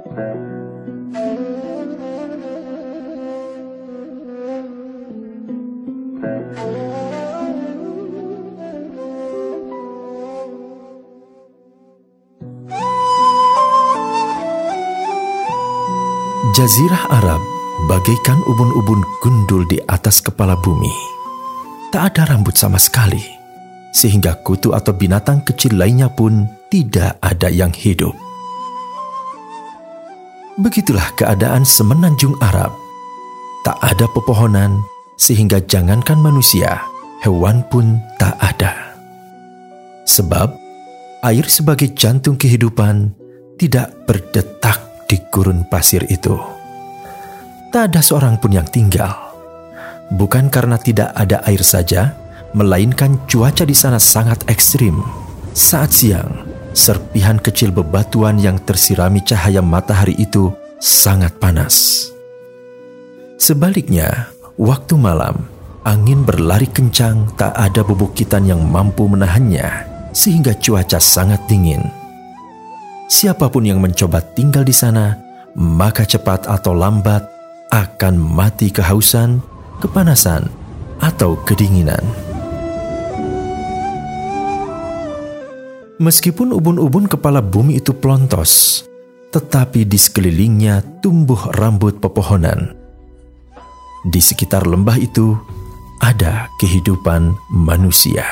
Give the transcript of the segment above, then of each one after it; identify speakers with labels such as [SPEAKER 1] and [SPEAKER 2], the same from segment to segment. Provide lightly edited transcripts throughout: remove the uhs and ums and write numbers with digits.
[SPEAKER 1] Jazirah Arab bagaikan ubun-ubun gundul di atas kepala bumi. Tak ada rambut sama sekali, sehingga kutu atau binatang kecil lainnya pun tidak ada yang hidup. Begitulah keadaan semenanjung Arab. Tak ada pepohonan, sehingga jangankan manusia, hewan pun tak ada. Sebab air sebagai jantung kehidupan tidak berdetak di gurun pasir itu. Tak ada seorang pun yang tinggal. Bukan karena tidak ada air saja, melainkan cuaca di sana sangat ekstrim. Saat siang, serpihan kecil bebatuan yang tersirami cahaya matahari itu sangat panas. Sebaliknya, waktu malam, angin berlari kencang, tak ada bubukitan yang mampu menahannya, sehingga cuaca sangat dingin. Siapapun yang mencoba tinggal di sana, maka cepat atau lambat akan mati kehausan, kepanasan, atau kedinginan. Meskipun ubun-ubun kepala bumi itu pelontos, tetapi di sekelilingnya tumbuh rambut pepohonan. Di sekitar lembah itu ada kehidupan manusia.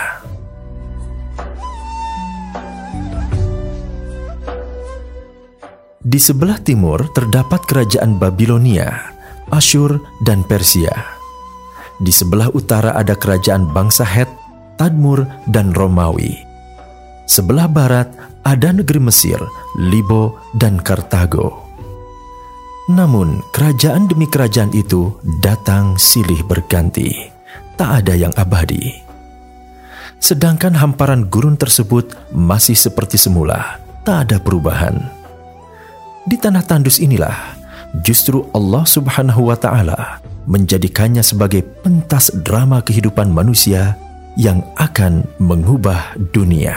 [SPEAKER 1] Di sebelah timur terdapat kerajaan Babilonia, Asyur, dan Persia. Di sebelah utara ada kerajaan bangsa Het, Tadmur, dan Romawi. Sebelah barat ada negeri Mesir, Libo, dan Kartago. Namun kerajaan demi kerajaan itu datang silih berganti, tak ada yang abadi. Sedangkan hamparan gurun tersebut masih seperti semula, tak ada perubahan. Di tanah tandus inilah justru Allah Subhanahu wa Ta'ala menjadikannya sebagai pentas drama kehidupan manusia yang akan mengubah dunia.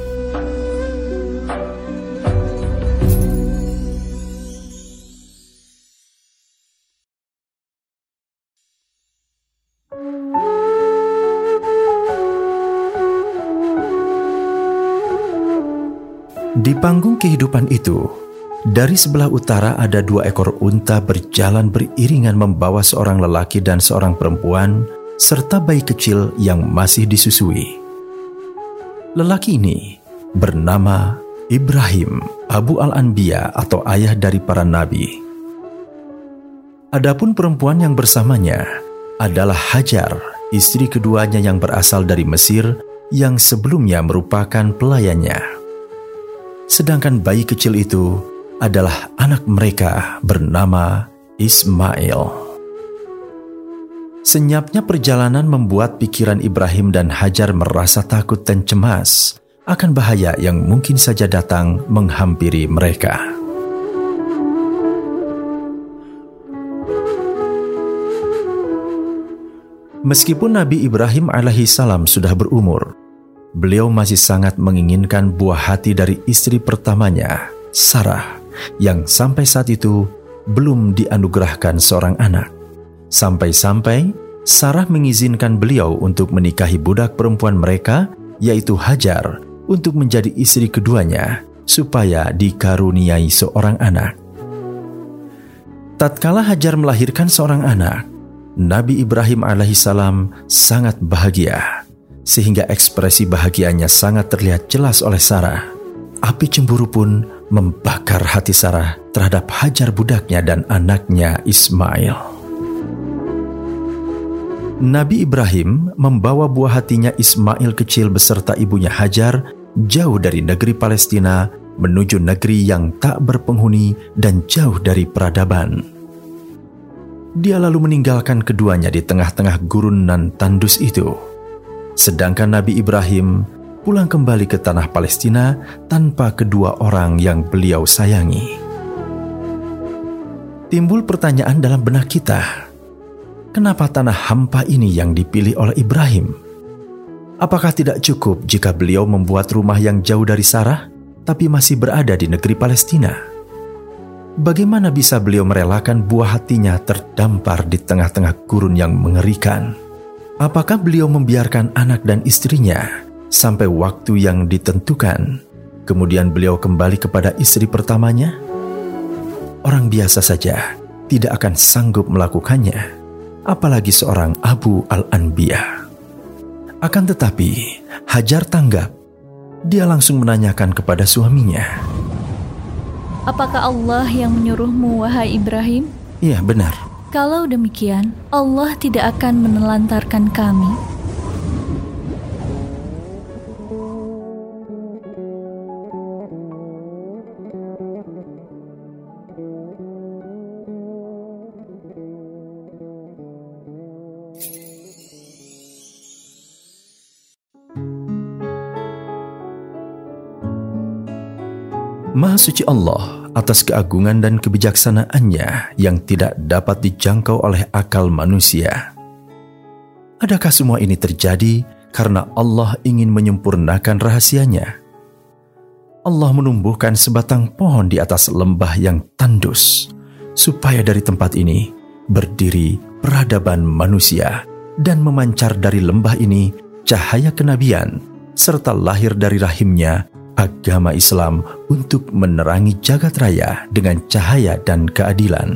[SPEAKER 1] Di panggung kehidupan itu, dari sebelah utara ada 2 ekor unta berjalan beriringan membawa seorang lelaki dan seorang perempuan serta bayi kecil yang masih disusui. Lelaki ini bernama Ibrahim Abu al-Anbiya atau ayah dari para nabi. Adapun perempuan yang bersamanya adalah Hajar, istri keduanya yang berasal dari Mesir yang sebelumnya merupakan pelayannya. Sedangkan bayi kecil itu adalah anak mereka bernama Ismail. Senyapnya perjalanan membuat pikiran Ibrahim dan Hajar merasa takut dan cemas akan bahaya yang mungkin saja datang menghampiri mereka. Meskipun Nabi Ibrahim alaihissalam sudah berumur, beliau masih sangat menginginkan buah hati dari istri pertamanya, Sarah, yang sampai saat itu belum dianugerahkan seorang anak. Sampai-sampai Sarah mengizinkan beliau untuk menikahi budak perempuan mereka, yaitu Hajar, untuk menjadi istri keduanya, supaya dikaruniai seorang anak. Tatkala Hajar melahirkan seorang anak, Nabi Ibrahim alaihissalam sangat bahagia, sehingga ekspresi bahagianya sangat terlihat jelas oleh Sarah. Api cemburu pun membakar hati Sarah terhadap Hajar budaknya dan anaknya Ismail. Nabi Ibrahim membawa buah hatinya Ismail kecil beserta ibunya Hajar jauh dari negeri Palestina menuju negeri yang tak berpenghuni dan jauh dari peradaban. Dia lalu meninggalkan keduanya di tengah-tengah gurun nan tandus itu. Sedangkan Nabi Ibrahim pulang kembali ke tanah Palestina tanpa kedua orang yang beliau sayangi. Timbul pertanyaan dalam benak kita, kenapa tanah hampa ini yang dipilih oleh Ibrahim? Apakah tidak cukup jika beliau membuat rumah yang jauh dari Sarah, tapi masih berada di negeri Palestina? Bagaimana bisa beliau merelakan buah hatinya terdampar di tengah-tengah gurun yang mengerikan? Apakah beliau membiarkan anak dan istrinya sampai waktu yang ditentukan, kemudian beliau kembali kepada istri pertamanya? Orang biasa saja tidak akan sanggup melakukannya, apalagi seorang Abu al-Anbiya. Akan tetapi, Hajar tanggap. Dia langsung menanyakan kepada suaminya,
[SPEAKER 2] "Apakah Allah yang menyuruhmu, wahai Ibrahim?"
[SPEAKER 1] "Iya, benar."
[SPEAKER 2] "Kalau demikian, Allah tidak akan menelantarkan kami."
[SPEAKER 1] Maha suci Allah atas keagungan dan kebijaksanaannya yang tidak dapat dijangkau oleh akal manusia. Adakah semua ini terjadi karena Allah ingin menyempurnakan rahasianya? Allah menumbuhkan sebatang pohon di atas lembah yang tandus, supaya dari tempat ini berdiri peradaban manusia dan memancar dari lembah ini cahaya kenabian, serta lahir dari rahimnya agama Islam untuk menerangi jagat raya dengan cahaya dan keadilan.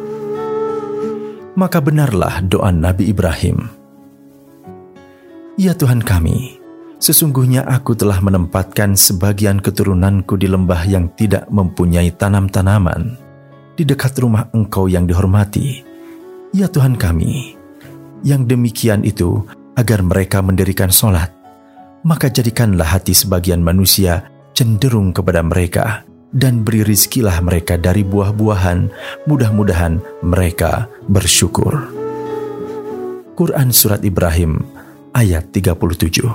[SPEAKER 1] Maka benarlah doa Nabi Ibrahim, "Ya Tuhan kami, sesungguhnya aku telah menempatkan sebagian keturunanku di lembah yang tidak mempunyai tanam-tanaman, di dekat rumah Engkau yang dihormati. Ya Tuhan kami, yang demikian itu agar mereka mendirikan sholat. Maka jadikanlah hati sebagian manusia cenderung kepada mereka, dan beri rizkilah mereka dari buah-buahan, mudah-mudahan mereka bersyukur." Quran Surat Ibrahim ayat 37.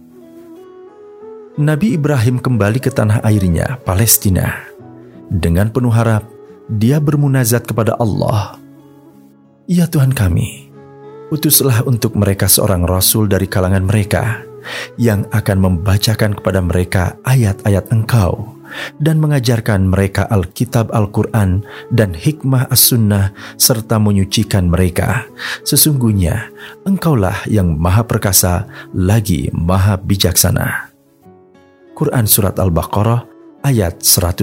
[SPEAKER 1] Nabi Ibrahim kembali ke tanah airnya, Palestina. Dengan penuh harap, dia bermunajat kepada Allah, "Ya Tuhan kami, utuslah untuk mereka seorang rasul dari kalangan mereka, yang akan membacakan kepada mereka ayat-ayat Engkau dan mengajarkan mereka Alkitab Al-Quran dan hikmah As-Sunnah serta menyucikan mereka. Sesungguhnya Engkaulah yang maha perkasa lagi maha bijaksana." Quran Surat Al-Baqarah ayat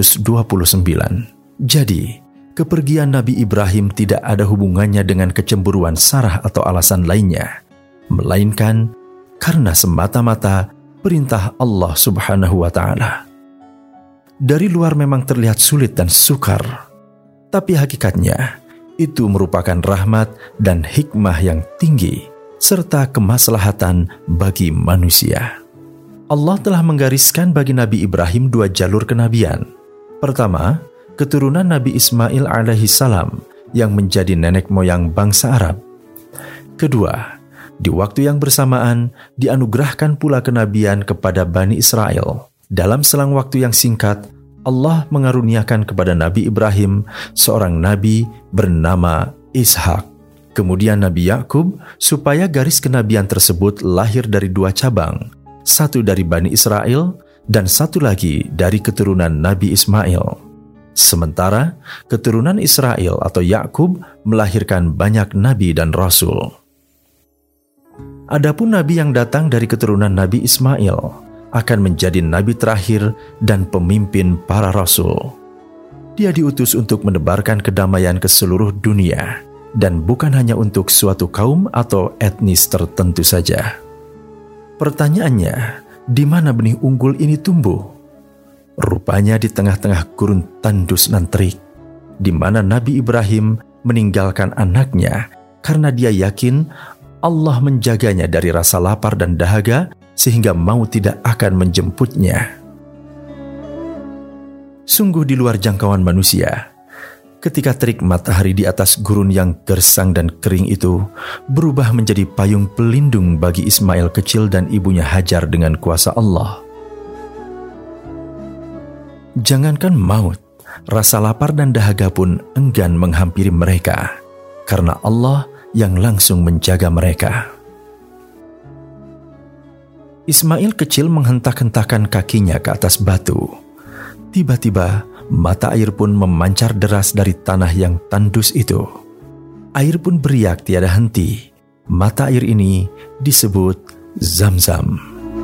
[SPEAKER 1] 129. Jadi, kepergian Nabi Ibrahim tidak ada hubungannya dengan kecemburuan Sarah atau alasan lainnya, melainkan karena semata-mata perintah Allah Subhanahu wa Ta'ala. Dari luar memang terlihat sulit dan sukar, tapi hakikatnya itu merupakan rahmat dan hikmah yang tinggi serta kemaslahatan bagi manusia. Allah telah menggariskan bagi Nabi Ibrahim 2 jalur kenabian. Pertama, keturunan Nabi Ismail alaihi salam yang menjadi nenek moyang bangsa Arab. Kedua, di waktu yang bersamaan dianugerahkan pula kenabian kepada Bani Israel. Dalam selang waktu yang singkat, Allah mengaruniakan kepada Nabi Ibrahim seorang nabi bernama Ishak. Kemudian Nabi Yakub, supaya garis kenabian tersebut lahir dari 2 cabang, satu dari Bani Israel dan satu lagi dari keturunan Nabi Ismail. Sementara keturunan Israel atau Yakub melahirkan banyak nabi dan rasul. Adapun nabi yang datang dari keturunan Nabi Ismail akan menjadi nabi terakhir dan pemimpin para rasul. Dia diutus untuk menebarkan kedamaian ke seluruh dunia, dan bukan hanya untuk suatu kaum atau etnis tertentu saja. Pertanyaannya, di mana benih unggul ini tumbuh? Rupanya di tengah-tengah gurun tandus dan terik, di mana Nabi Ibrahim meninggalkan anaknya karena dia yakin Allah menjaganya dari rasa lapar dan dahaga sehingga maut tidak akan menjemputnya. Sungguh di luar jangkauan manusia, ketika terik matahari di atas gurun yang gersang dan kering itu berubah menjadi payung pelindung bagi Ismail kecil dan ibunya Hajar dengan kuasa Allah. Jangankan maut, rasa lapar dan dahaga pun enggan menghampiri mereka, karena Allah yang langsung menjaga mereka. Ismail kecil menghentak-hentakan kakinya ke atas batu. Tiba-tiba mata air pun memancar deras dari tanah yang tandus itu. Air pun beriak tiada henti. Mata air ini disebut Zam-Zam.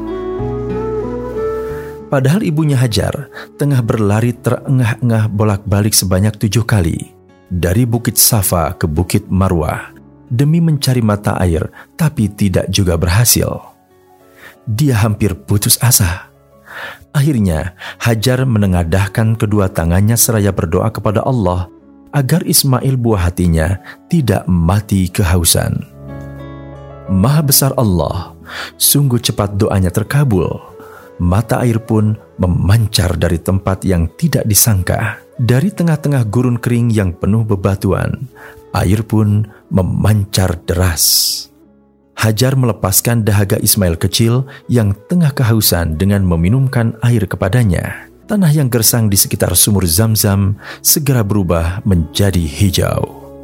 [SPEAKER 1] Padahal ibunya Hajar tengah berlari terengah-engah bolak-balik sebanyak 7 kali dari Bukit Safa ke Bukit Marwah demi mencari mata air, tapi tidak juga berhasil. Dia hampir putus asa. Akhirnya Hajar menengadahkan kedua tangannya seraya berdoa kepada Allah agar Ismail buah hatinya tidak mati kehausan. Maha besar Allah, sungguh cepat doanya terkabul. Mata air pun memancar dari tempat yang tidak disangka. Dari tengah-tengah gurun kering yang penuh bebatuan, air pun memancar deras. Hajar melepaskan dahaga Ismail kecil yang tengah kehausan dengan meminumkan air kepadanya. Tanah yang gersang di sekitar sumur Zam-Zam segera berubah menjadi hijau.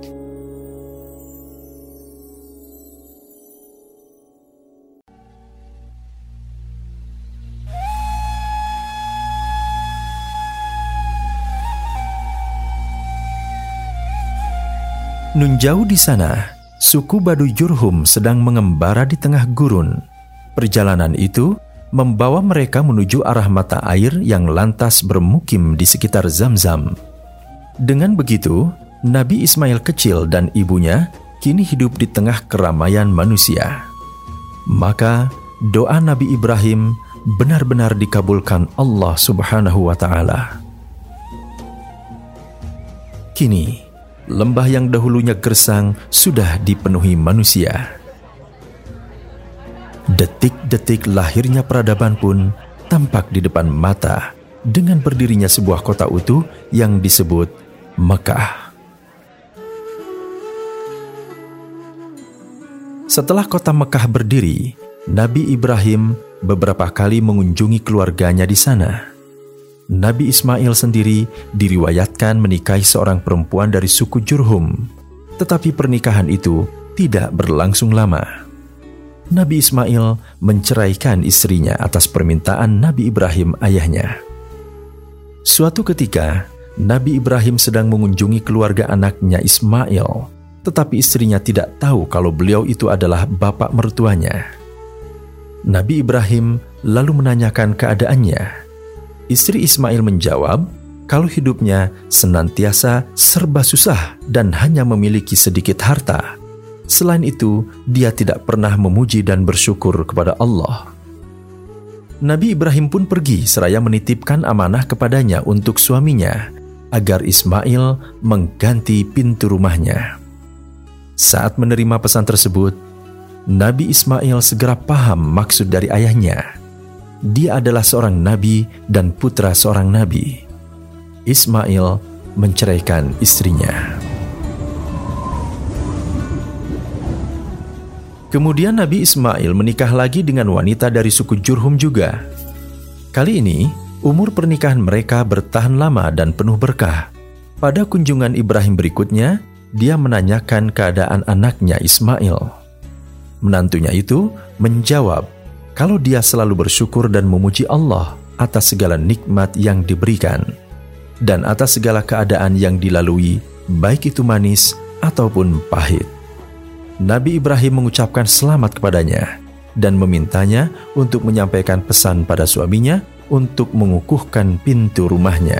[SPEAKER 1] Nun jauh di sana, suku Baduy Jurhum sedang mengembara di tengah gurun. Perjalanan itu membawa mereka menuju arah mata air yang lantas bermukim di sekitar Zam-Zam. Dengan begitu, Nabi Ismail kecil dan ibunya kini hidup di tengah keramaian manusia. Maka doa Nabi Ibrahim benar-benar dikabulkan Allah Subhanahu wa Ta'ala. Kini, lembah yang dahulunya gersang sudah dipenuhi manusia. Detik-detik lahirnya peradaban pun tampak di depan mata dengan berdirinya sebuah kota utuh yang disebut Mekah. Setelah kota Mekah berdiri, Nabi Ibrahim beberapa kali mengunjungi keluarganya di sana. Nabi Ismail sendiri diriwayatkan menikahi seorang perempuan dari suku Jurhum, tetapi pernikahan itu tidak berlangsung lama. Nabi Ismail menceraikan istrinya atas permintaan Nabi Ibrahim ayahnya. Suatu ketika, Nabi Ibrahim sedang mengunjungi keluarga anaknya Ismail, tetapi istrinya tidak tahu kalau beliau itu adalah bapak mertuanya. Nabi Ibrahim lalu menanyakan keadaannya. Istri Ismail menjawab kalau hidupnya senantiasa serba susah dan hanya memiliki sedikit harta. Selain itu, dia tidak pernah memuji dan bersyukur kepada Allah. Nabi Ibrahim pun pergi seraya menitipkan amanah kepadanya untuk suaminya agar Ismail mengganti pintu rumahnya. Saat menerima pesan tersebut, Nabi Ismail segera paham maksud dari ayahnya. Dia adalah seorang nabi dan putra seorang nabi. Ismail menceraikan istrinya. Kemudian Nabi Ismail menikah lagi dengan wanita dari suku Jurhum juga. Kali ini, umur pernikahan mereka bertahan lama dan penuh berkah. Pada kunjungan Ibrahim berikutnya, dia menanyakan keadaan anaknya Ismail. Menantunya itu menjawab kalau dia selalu bersyukur dan memuji Allah atas segala nikmat yang diberikan dan atas segala keadaan yang dilalui, baik itu manis ataupun pahit. Nabi Ibrahim mengucapkan selamat kepadanya dan memintanya untuk menyampaikan pesan pada suaminya untuk mengukuhkan pintu rumahnya.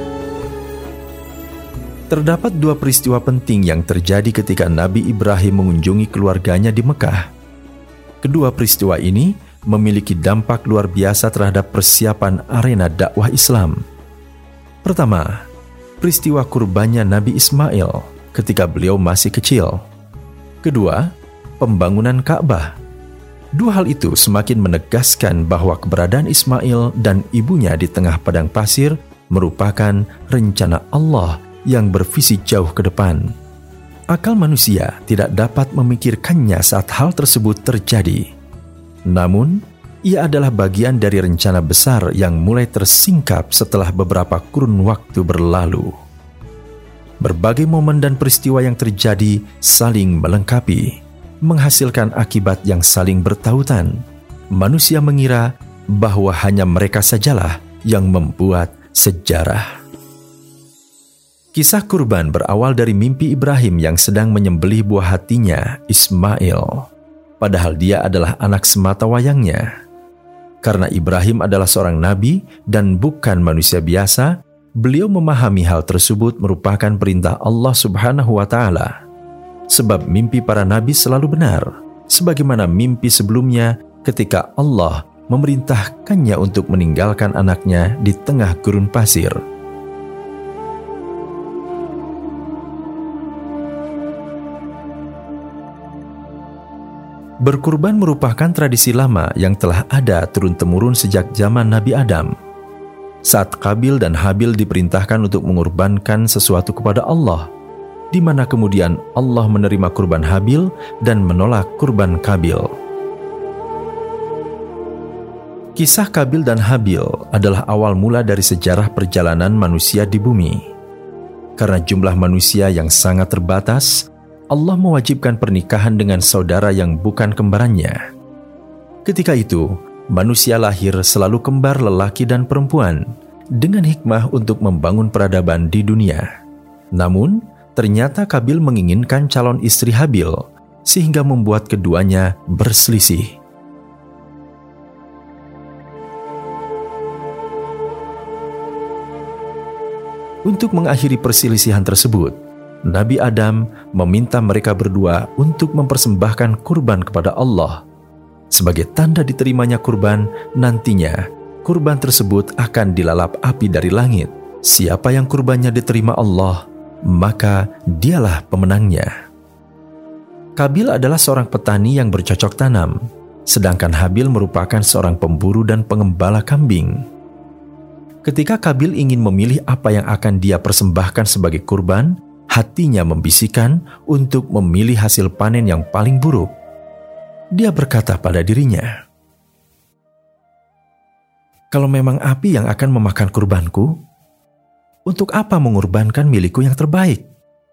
[SPEAKER 1] Terdapat 2 peristiwa penting yang terjadi ketika Nabi Ibrahim mengunjungi keluarganya di Mekah. Kedua peristiwa ini memiliki dampak luar biasa terhadap persiapan arena dakwah Islam. Pertama, peristiwa kurbannya Nabi Ismail ketika beliau masih kecil. Kedua, pembangunan Ka'bah. 2 hal itu semakin menegaskan bahwa keberadaan Ismail dan ibunya di tengah padang pasir merupakan rencana Allah yang bervisi jauh ke depan. Akal manusia tidak dapat memikirkannya saat hal tersebut terjadi. Namun, ia adalah bagian dari rencana besar yang mulai tersingkap setelah beberapa kurun waktu berlalu. Berbagai momen dan peristiwa yang terjadi saling melengkapi, menghasilkan akibat yang saling bertautan. Manusia mengira bahwa hanya mereka sajalah yang membuat sejarah. Kisah kurban berawal dari mimpi Ibrahim yang sedang menyembelih buah hatinya, Ismail. Padahal dia adalah anak semata wayangnya. Karena Ibrahim adalah seorang nabi dan bukan manusia biasa, beliau memahami hal tersebut merupakan perintah Allah Subhanahu wa Ta'ala. Sebab mimpi para nabi selalu benar, sebagaimana mimpi sebelumnya ketika Allah memerintahkannya untuk meninggalkan anaknya di tengah gurun pasir. Berkurban merupakan tradisi lama yang telah ada turun-temurun sejak zaman Nabi Adam. Saat Qabil dan Habil diperintahkan untuk mengorbankan sesuatu kepada Allah, di mana kemudian Allah menerima kurban Habil dan menolak kurban Qabil. Kisah Qabil dan Habil adalah awal mula dari sejarah perjalanan manusia di bumi. Karena jumlah manusia yang sangat terbatas, Allah mewajibkan pernikahan dengan saudara yang bukan kembarannya. Ketika itu, manusia lahir selalu kembar lelaki dan perempuan dengan hikmah untuk membangun peradaban di dunia. Namun, ternyata Qabil menginginkan calon istri Habil, sehingga membuat keduanya berselisih. Untuk mengakhiri perselisihan tersebut, Nabi Adam meminta mereka berdua untuk mempersembahkan kurban kepada Allah. Sebagai tanda diterimanya kurban, nantinya kurban tersebut akan dilalap api dari langit. Siapa yang kurbannya diterima Allah, maka dialah pemenangnya. Qabil adalah seorang petani yang bercocok tanam, sedangkan Habil merupakan seorang pemburu dan pengembala kambing. Ketika Qabil ingin memilih apa yang akan dia persembahkan sebagai kurban, hatinya membisikkan untuk memilih hasil panen yang paling buruk. Dia berkata pada dirinya, "Kalau memang api yang akan memakan kurbanku, untuk apa mengorbankan milikku yang terbaik?"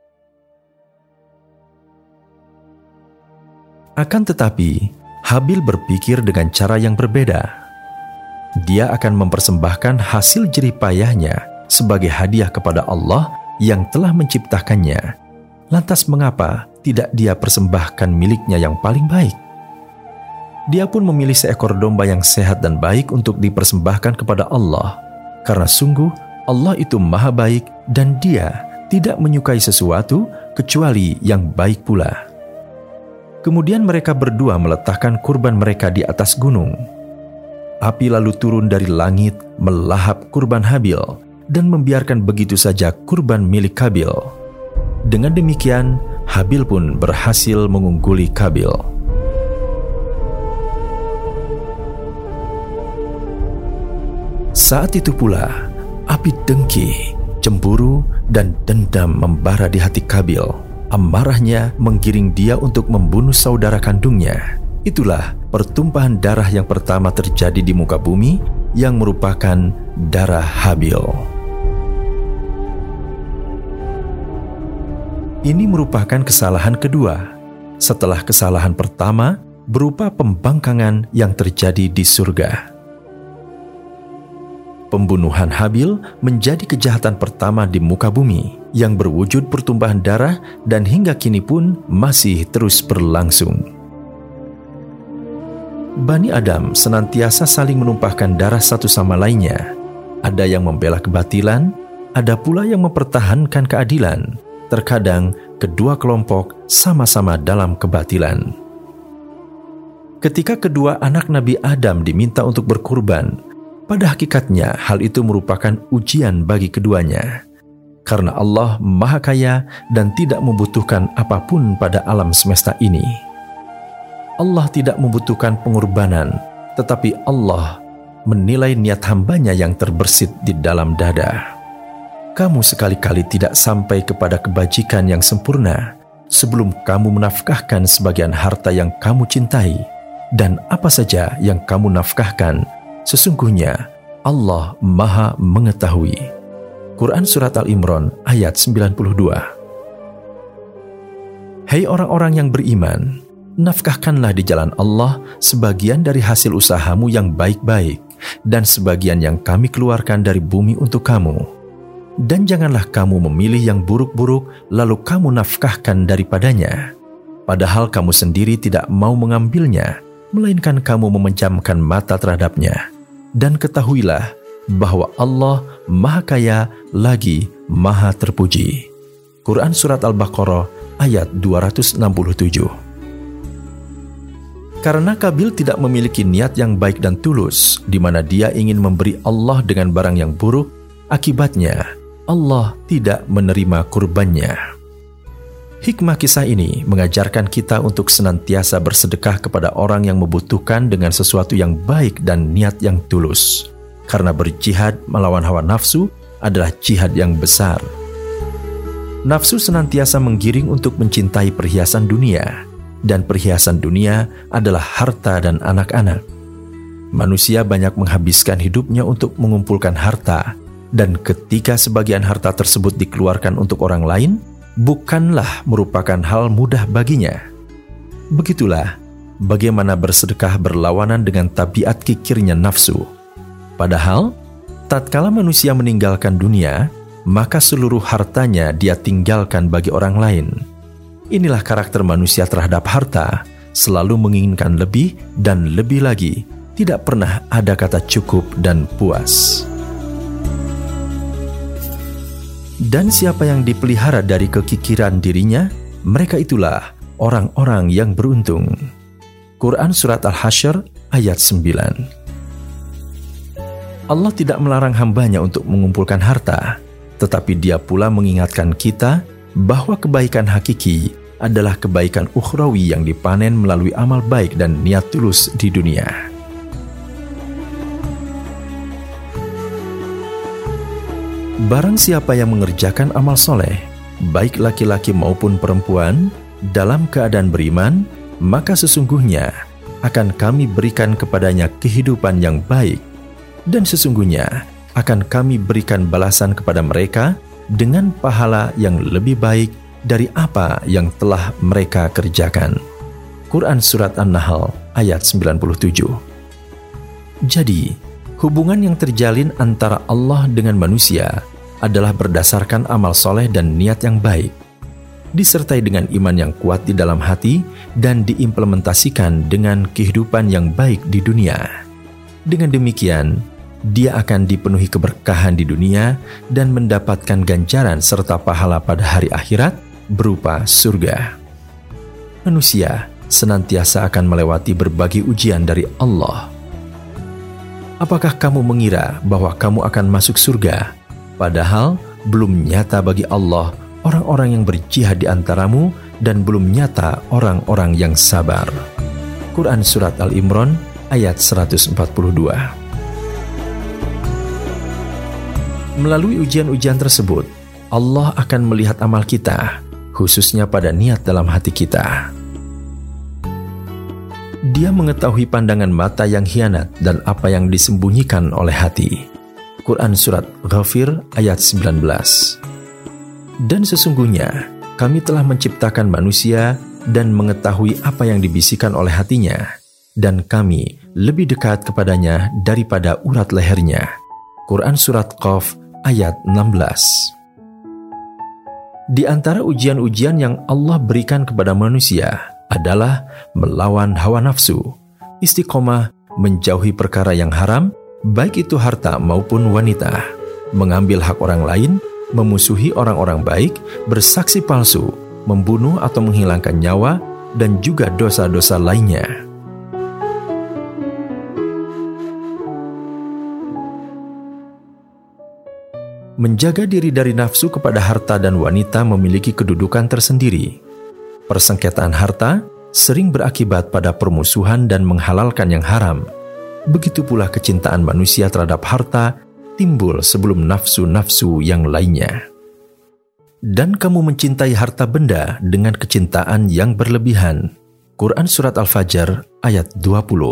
[SPEAKER 1] Akan tetapi, Habil berpikir dengan cara yang berbeda. Dia akan mempersembahkan hasil jerih payahnya sebagai hadiah kepada Allah yang telah menciptakannya. Lantas mengapa tidak dia persembahkan miliknya yang paling baik? Dia pun memilih seekor domba yang sehat dan baik untuk dipersembahkan kepada Allah. Karena sungguh Allah itu maha baik dan dia tidak menyukai sesuatu kecuali yang baik pula. Kemudian mereka berdua meletakkan kurban mereka di atas gunung. Api lalu turun dari langit melahap kurban Habil dan membiarkan begitu saja kurban milik Qabil. Dengan demikian, Habil pun berhasil mengungguli Qabil. Saat itu pula, api dengki, cemburu, dan dendam membara di hati Qabil. Amarahnya menggiring dia untuk membunuh saudara kandungnya. Itulah pertumpahan darah yang pertama terjadi di muka bumi, yang merupakan darah Habil. Ini merupakan kesalahan kedua, setelah kesalahan pertama berupa pembangkangan yang terjadi di surga. Pembunuhan Habil menjadi kejahatan pertama di muka bumi yang berwujud pertumpahan darah dan hingga kini pun masih terus berlangsung. Bani Adam senantiasa saling menumpahkan darah satu sama lainnya. Ada yang membela kebatilan, ada pula yang mempertahankan keadilan. Terkadang kedua kelompok sama-sama dalam kebatilan. Ketika kedua anak Nabi Adam diminta untuk berkurban, pada hakikatnya hal itu merupakan ujian bagi keduanya. Karena Allah Maha Kaya dan tidak membutuhkan apapun pada alam semesta ini. Allah tidak membutuhkan pengorbanan, tetapi Allah menilai niat hambanya yang terbersit di dalam dada. Kamu sekali-kali tidak sampai kepada kebajikan yang sempurna sebelum kamu menafkahkan sebagian harta yang kamu cintai, dan apa saja yang kamu nafkahkan, sesungguhnya Allah Maha Mengetahui. Quran Surat Al-Imran ayat 92. Hei orang-orang yang beriman, nafkahkanlah di jalan Allah sebagian dari hasil usahamu yang baik-baik, dan sebagian yang kami keluarkan dari bumi untuk kamu. Dan janganlah kamu memilih yang buruk-buruk lalu kamu nafkahkan daripadanya. Padahal kamu sendiri tidak mau mengambilnya, melainkan kamu memejamkan mata terhadapnya. Dan ketahuilah bahwa Allah Maha Kaya lagi Maha Terpuji. Quran Surat Al-Baqarah ayat 267. Karena Qabil tidak memiliki niat yang baik dan tulus, di mana dia ingin memberi Allah dengan barang yang buruk, akibatnya Allah tidak menerima kurbannya. Hikmah kisah ini mengajarkan kita untuk senantiasa bersedekah kepada orang yang membutuhkan dengan sesuatu yang baik dan niat yang tulus. Karena berjihad melawan hawa nafsu adalah jihad yang besar. Nafsu senantiasa menggiring untuk mencintai perhiasan dunia, dan perhiasan dunia adalah harta dan anak-anak. Manusia banyak menghabiskan hidupnya untuk mengumpulkan harta, dan ketika sebagian harta tersebut dikeluarkan untuk orang lain, bukanlah merupakan hal mudah baginya. Begitulah bagaimana bersedekah berlawanan dengan tabiat kikirnya nafsu. Padahal, tatkala manusia meninggalkan dunia, maka seluruh hartanya dia tinggalkan bagi orang lain. Inilah karakter manusia terhadap harta, selalu menginginkan lebih dan lebih lagi, tidak pernah ada kata cukup dan puas. Dan siapa yang dipelihara dari kekikiran dirinya, mereka itulah orang-orang yang beruntung. Quran Surat Al-Hasyr ayat 9. Allah tidak melarang hambanya untuk mengumpulkan harta, tetapi Dia pula mengingatkan kita bahwa kebaikan hakiki adalah kebaikan ukhrawi yang dipanen melalui amal baik dan niat tulus di dunia. Barang siapa yang mengerjakan amal soleh, baik laki-laki maupun perempuan, dalam keadaan beriman, maka sesungguhnya akan kami berikan kepadanya kehidupan yang baik, dan sesungguhnya akan kami berikan balasan kepada mereka dengan pahala yang lebih baik dari apa yang telah mereka kerjakan. Quran Surat An-Nahl ayat 97. Jadi, hubungan yang terjalin antara Allah dengan manusia adalah berdasarkan amal soleh dan niat yang baik, disertai dengan iman yang kuat di dalam hati dan diimplementasikan dengan kehidupan yang baik di dunia. Dengan demikian, dia akan dipenuhi keberkahan di dunia dan mendapatkan ganjaran serta pahala pada hari akhirat berupa surga. Manusia senantiasa akan melewati berbagai ujian dari Allah. Apakah kamu mengira bahwa kamu akan masuk surga, padahal belum nyata bagi Allah orang-orang yang berjihad di antaramu dan belum nyata orang-orang yang sabar? Quran Surat Al-Imran ayat 142. Melalui ujian-ujian tersebut, Allah akan melihat amal kita, khususnya pada niat dalam hati kita. Dia mengetahui pandangan mata yang khianat dan apa yang disembunyikan oleh hati. Quran Surat Ghafir ayat 19. Dan sesungguhnya kami telah menciptakan manusia dan mengetahui apa yang dibisikkan oleh hatinya, dan kami lebih dekat kepadanya daripada urat lehernya. Quran Surat Qaf ayat 16. Di antara ujian-ujian yang Allah berikan kepada manusia adalah melawan hawa nafsu, istiqomah menjauhi perkara yang haram, baik itu harta maupun wanita, mengambil hak orang lain, memusuhi orang-orang baik, bersaksi palsu, membunuh atau menghilangkan nyawa, dan juga dosa-dosa lainnya. Menjaga diri dari nafsu kepada harta dan wanita memiliki kedudukan tersendiri. Persengketaan harta sering berakibat pada permusuhan dan menghalalkan yang haram. Begitu pula kecintaan manusia terhadap harta timbul sebelum nafsu-nafsu yang lainnya. Dan kamu mencintai harta benda dengan kecintaan yang berlebihan. Quran Surat Al-Fajr ayat 20.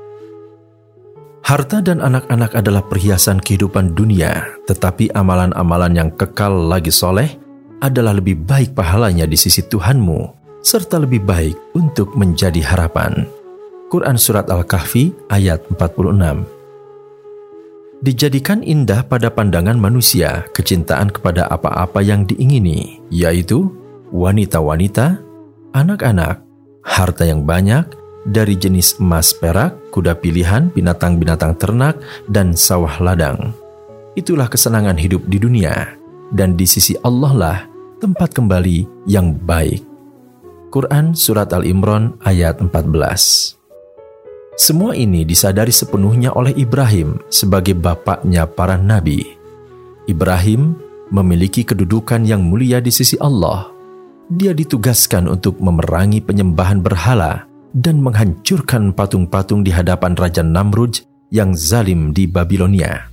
[SPEAKER 1] Harta dan anak-anak adalah perhiasan kehidupan dunia, tetapi amalan-amalan yang kekal lagi soleh adalah lebih baik pahalanya di sisi Tuhanmu, serta lebih baik untuk menjadi harapan. Quran Surat Al-Kahfi ayat 46. Dijadikan indah pada pandangan manusia kecintaan kepada apa-apa yang diingini, yaitu wanita-wanita, anak-anak, harta yang banyak, dari jenis emas perak, kuda pilihan, binatang-binatang ternak, dan sawah ladang. Itulah kesenangan hidup di dunia, dan di sisi Allah lah tempat kembali yang baik. Quran Surat Al-Imran ayat 14. Semua ini disadari sepenuhnya oleh Ibrahim sebagai bapaknya para nabi. Ibrahim memiliki kedudukan yang mulia di sisi Allah. Dia ditugaskan untuk memerangi penyembahan berhala dan menghancurkan patung-patung di hadapan Raja Namrud yang zalim di Babilonia.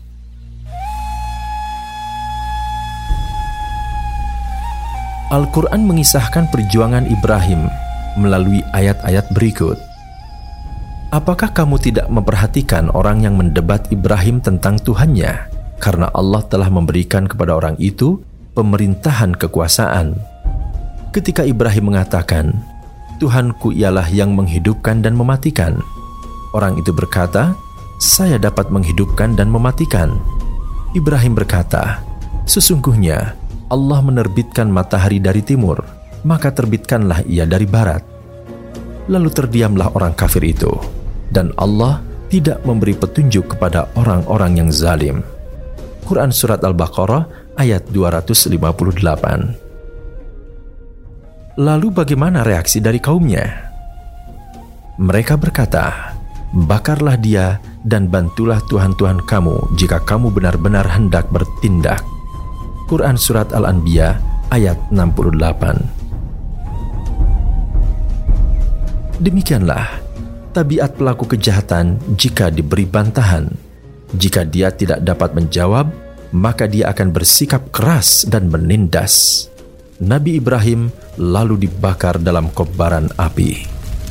[SPEAKER 1] Al-Quran mengisahkan perjuangan Ibrahim melalui ayat-ayat berikut. Apakah kamu tidak memperhatikan orang yang mendebat Ibrahim tentang Tuhannya, karena Allah telah memberikan kepada orang itu pemerintahan kekuasaan? Ketika Ibrahim mengatakan, Tuhanku ialah yang menghidupkan dan mematikan, orang itu berkata, saya dapat menghidupkan dan mematikan. Ibrahim berkata, sesungguhnya Allah menerbitkan matahari dari timur, maka terbitkanlah ia dari barat. Lalu terdiamlah orang kafir itu, dan Allah tidak memberi petunjuk kepada orang-orang yang zalim. Quran Surat Al-Baqarah ayat 258. Lalu bagaimana reaksi dari kaumnya? Mereka berkata, bakarlah dia dan bantulah Tuhan-Tuhan kamu jika kamu benar-benar hendak bertindak. Quran Surat Al-Anbiya ayat 68. Demikianlah tabiat pelaku kejahatan jika diberi bantahan. Jika dia tidak dapat menjawab, maka dia akan bersikap keras dan menindas. Nabi Ibrahim lalu dibakar dalam kobaran api.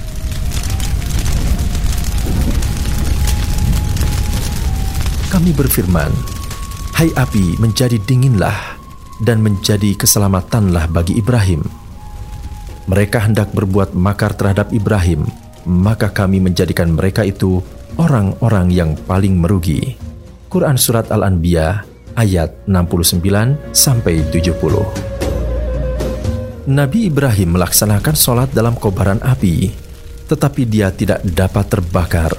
[SPEAKER 1] Kami berfirman, hai api, menjadi dinginlah dan menjadi keselamatanlah bagi Ibrahim. Mereka hendak berbuat makar terhadap Ibrahim, maka kami menjadikan mereka itu orang-orang yang paling merugi. Quran Surat Al-Anbiya ayat 69-70. Nabi Ibrahim melaksanakan sholat dalam kobaran api, tetapi dia tidak dapat terbakar.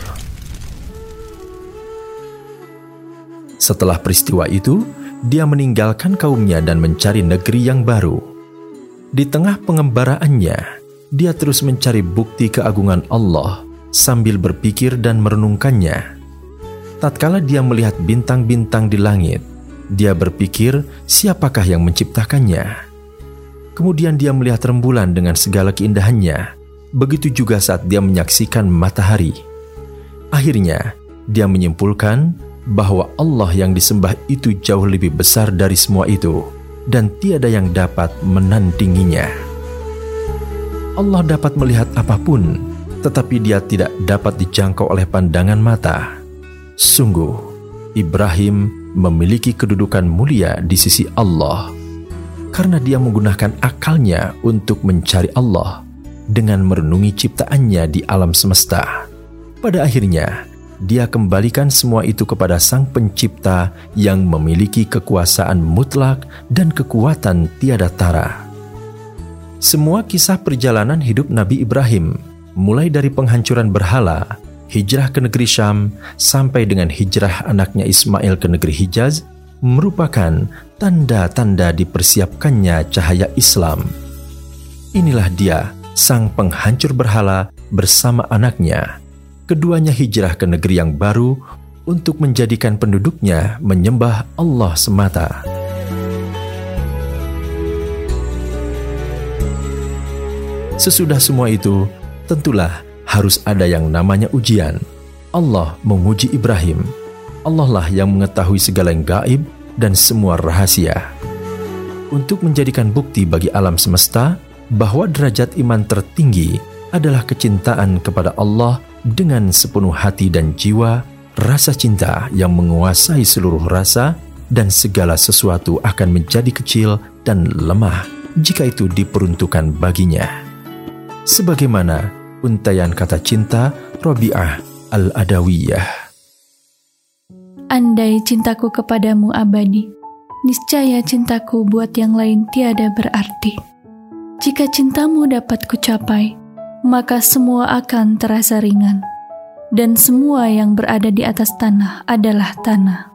[SPEAKER 1] Setelah peristiwa itu, dia meninggalkan kaumnya dan mencari negeri yang baru. Di tengah pengembaraannya, dia terus mencari bukti keagungan Allah sambil berpikir dan merenungkannya. Tatkala dia melihat bintang-bintang di langit, dia berpikir siapakah yang menciptakannya. Kemudian dia melihat rembulan dengan segala keindahannya. Begitu juga saat dia menyaksikan matahari. Akhirnya, dia menyimpulkan bahwa Allah yang disembah itu jauh lebih besar dari semua itu, dan tiada yang dapat menandinginya. Allah dapat melihat apapun, tetapi dia tidak dapat dijangkau oleh pandangan mata. Sungguh, Ibrahim memiliki kedudukan mulia di sisi Allah, karena dia menggunakan akalnya untuk mencari Allah dengan merenungi ciptaannya di alam semesta. Pada akhirnya, dia kembalikan semua itu kepada Sang Pencipta yang memiliki kekuasaan mutlak dan kekuatan tiada tara. Semua kisah perjalanan hidup Nabi Ibrahim, mulai dari penghancuran berhala, hijrah ke negeri Syam, sampai dengan hijrah anaknya Ismail ke negeri Hijaz, merupakan tanda-tanda dipersiapkannya cahaya Islam. Inilah dia, sang penghancur berhala bersama anaknya. Keduanya hijrah ke negeri yang baru untuk menjadikan penduduknya menyembah Allah semata. Sesudah semua itu, tentulah harus ada yang namanya ujian. Allah menguji Ibrahim. Allah lah yang mengetahui segala yang gaib dan semua rahasia. Untuk menjadikan bukti bagi alam semesta bahwa derajat iman tertinggi adalah kecintaan kepada Allah dengan sepenuh hati dan jiwa, rasa cinta yang menguasai seluruh rasa, dan segala sesuatu akan menjadi kecil dan lemah jika itu diperuntukkan baginya. Sebagaimana untaian kata cinta Rabi'ah Al-Adawiyah.
[SPEAKER 2] Andai cintaku kepadamu abadi, niscaya cintaku buat yang lain tiada berarti. Jika cintamu dapat kucapai, maka semua akan terasa ringan, dan semua yang berada di atas tanah adalah tanah.